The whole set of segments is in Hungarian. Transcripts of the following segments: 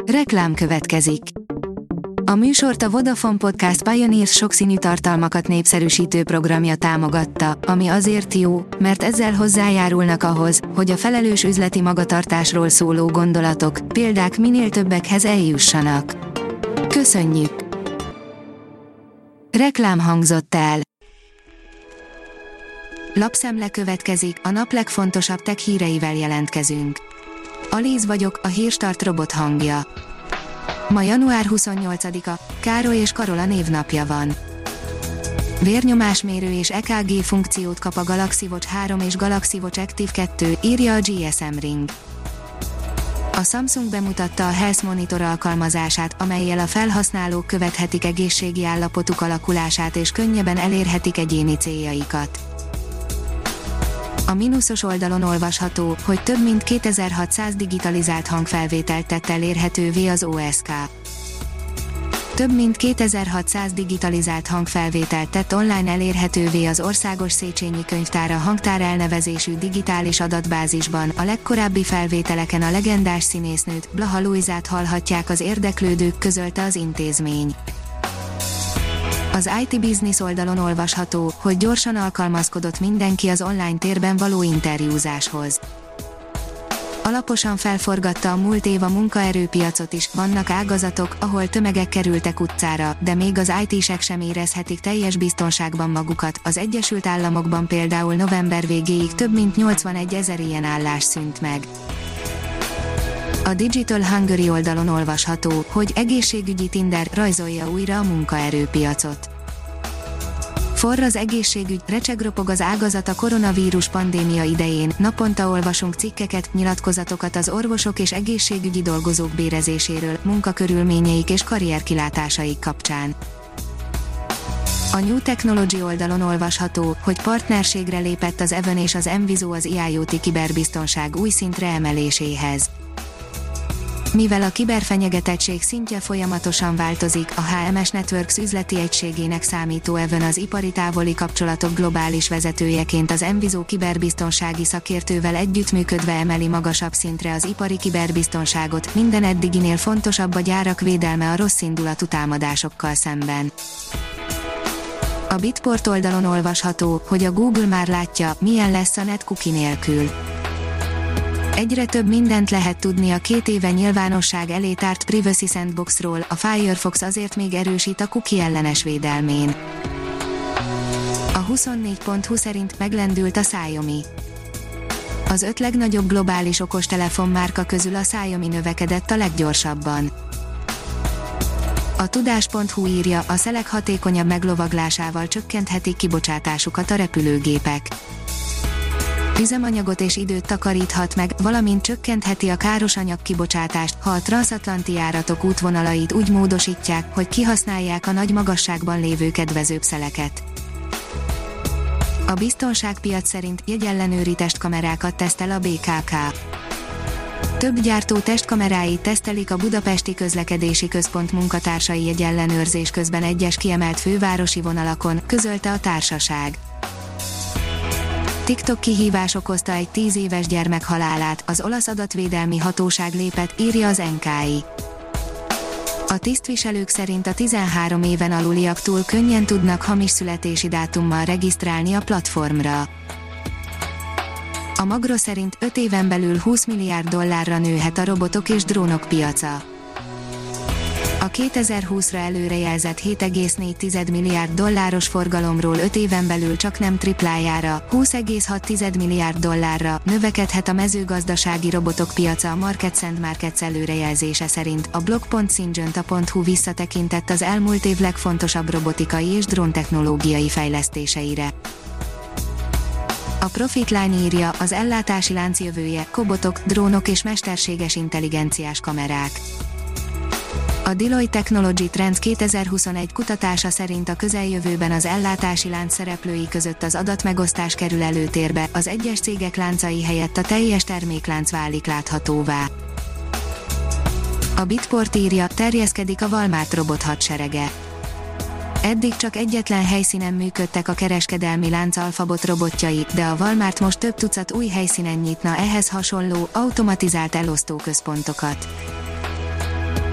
Reklám következik. A műsort a Vodafone Podcast Pioneers sokszínű tartalmakat népszerűsítő programja támogatta, ami azért jó, mert ezzel hozzájárulnak ahhoz, hogy a felelős üzleti magatartásról szóló gondolatok, példák minél többekhez eljussanak. Köszönjük! Reklám hangzott el. Lapszemle következik, a nap legfontosabb tech híreivel jelentkezünk. Alíz vagyok, a Hírstart robot hangja. Ma január 28-a, Károly és Karola névnapja van. Vérnyomásmérő és EKG funkciót kap a Galaxy Watch 3 és Galaxy Watch Active 2, írja a GSM Ring. A Samsung bemutatta a Health Monitor alkalmazását, amellyel a felhasználók követhetik egészségi állapotuk alakulását és könnyebben elérhetik egyéni céljaikat. A mínuszos oldalon olvasható, hogy több mint 2600 digitalizált hangfelvételt tett elérhetővé az OSK. Több mint 2600 digitalizált hangfelvételt tett online elérhetővé az Országos Széchenyi Könyvtár a hangtár elnevezésű digitális adatbázisban. A legkorábbi felvételeken a legendás színésznőt, Blaha Lujzát hallhatják az érdeklődők, közölte az intézmény. Az IT Business oldalon olvasható, hogy gyorsan alkalmazkodott mindenki az online térben való interjúzáshoz. Alaposan felforgatta a múlt év a munkaerőpiacot is, vannak ágazatok, ahol tömegek kerültek utcára, de még az IT-sek sem érezhetik teljes biztonságban magukat. Az Egyesült Államokban például november végéig több mint 81 000 ilyen állás szűnt meg. A Digital Hungary oldalon olvasható, hogy egészségügyi Tinder rajzolja újra a munkaerőpiacot. Forr az egészségügy, recsegropog az ágazat a koronavírus pandémia idején, naponta olvasunk cikkeket, nyilatkozatokat az orvosok és egészségügyi dolgozók bérezéséről, munkakörülményeik és karrierkilátásaik kapcsán. A New Technology oldalon olvasható, hogy partnerségre lépett az Even és az Enviso az IoT kiberbiztonság új szintre emeléséhez. Mivel a kiberfenyegetettség szintje folyamatosan változik, a HMS Networks üzleti egységének számító Even az ipari távoli kapcsolatok globális vezetőjeként az Enviso kiberbiztonsági szakértővel együttműködve emeli magasabb szintre az ipari kiberbiztonságot, minden eddiginél fontosabb a gyárak védelme a rosszindulatú támadásokkal szemben. A Bitport oldalon olvasható, hogy a Google már látja, milyen lesz a net cookie nélkül. Egyre több mindent lehet tudni a 2 éve nyilvánosság elé tárt Privacy Sandboxról, a Firefox azért még erősít a cookie ellenes védelmén. A 24.hu szerint meglendült a Xiaomi. Az 5 legnagyobb globális okostelefon márka közül a Xiaomi növekedett a leggyorsabban. A tudás.hu írja, a szelek hatékonyabb meglovaglásával csökkenthetik kibocsátásukat a repülőgépek. Üzemanyagot és időt takaríthat meg, valamint csökkentheti a káros anyagkibocsátást, ha a transzatlanti járatok útvonalait úgy módosítják, hogy kihasználják a nagy magasságban lévő kedvezőbb szeleket. A biztonságpiac szerint jegyellenőri testkamerákat tesztel a BKK. Több gyártó testkameráit tesztelik a Budapesti Közlekedési Központ munkatársai jegyellenőrzés közben egyes kiemelt fővárosi vonalakon, közölte a társaság. TikTok kihívás okozta egy 10 éves gyermek halálát, az olasz adatvédelmi hatóság lépett, írja az NKI. A tisztviselők szerint a 13 éven aluliaktól könnyen tudnak hamis születési dátummal regisztrálni a platformra. A Magro szerint 5 éven belül $20 milliárd nőhet a robotok és drónok piaca. A 2020-ra előrejelzett $7,4 milliárd forgalomról 5 éven belül csaknem triplájára, $20,6 milliárd növekedhet a mezőgazdasági robotok piaca a Markets & Markets előrejelzése szerint. A blog.syngenta.hu visszatekintett az elmúlt év legfontosabb robotikai és dróntechnológiai fejlesztéseire. A Profitline írja, az ellátási lánc jövője, kobotok, drónok és mesterséges intelligenciás kamerák. A Deloitte Technology Trends 2021 kutatása szerint a közeljövőben az ellátási lánc szereplői között az adatmegosztás kerül előtérbe, az egyes cégek láncai helyett a teljes terméklánc válik láthatóvá. A Bitport írja, terjeszkedik a Walmart robot hadserege. Eddig csak egyetlen helyszínen működtek a kereskedelmi lánc Alphabot robotjai, de a Walmart most több tucat új helyszínen nyitna ehhez hasonló, automatizált elosztóközpontokat.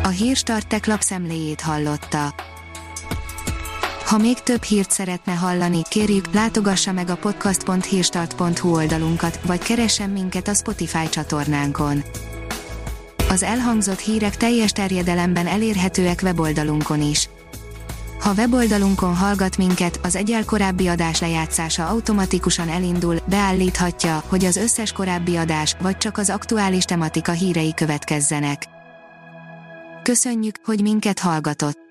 A Hírstart tech lapszemléjét hallotta. Ha még több hírt szeretne hallani, kérjük, látogassa meg a podcast.hírstart.hu oldalunkat, vagy keressen minket a Spotify csatornánkon. Az elhangzott hírek teljes terjedelemben elérhetőek weboldalunkon is. Ha weboldalunkon hallgat minket, az egyel korábbi adás lejátszása automatikusan elindul, beállíthatja, hogy az összes korábbi adás, vagy csak az aktuális tematika hírei következzenek. Köszönjük, hogy minket hallgatott!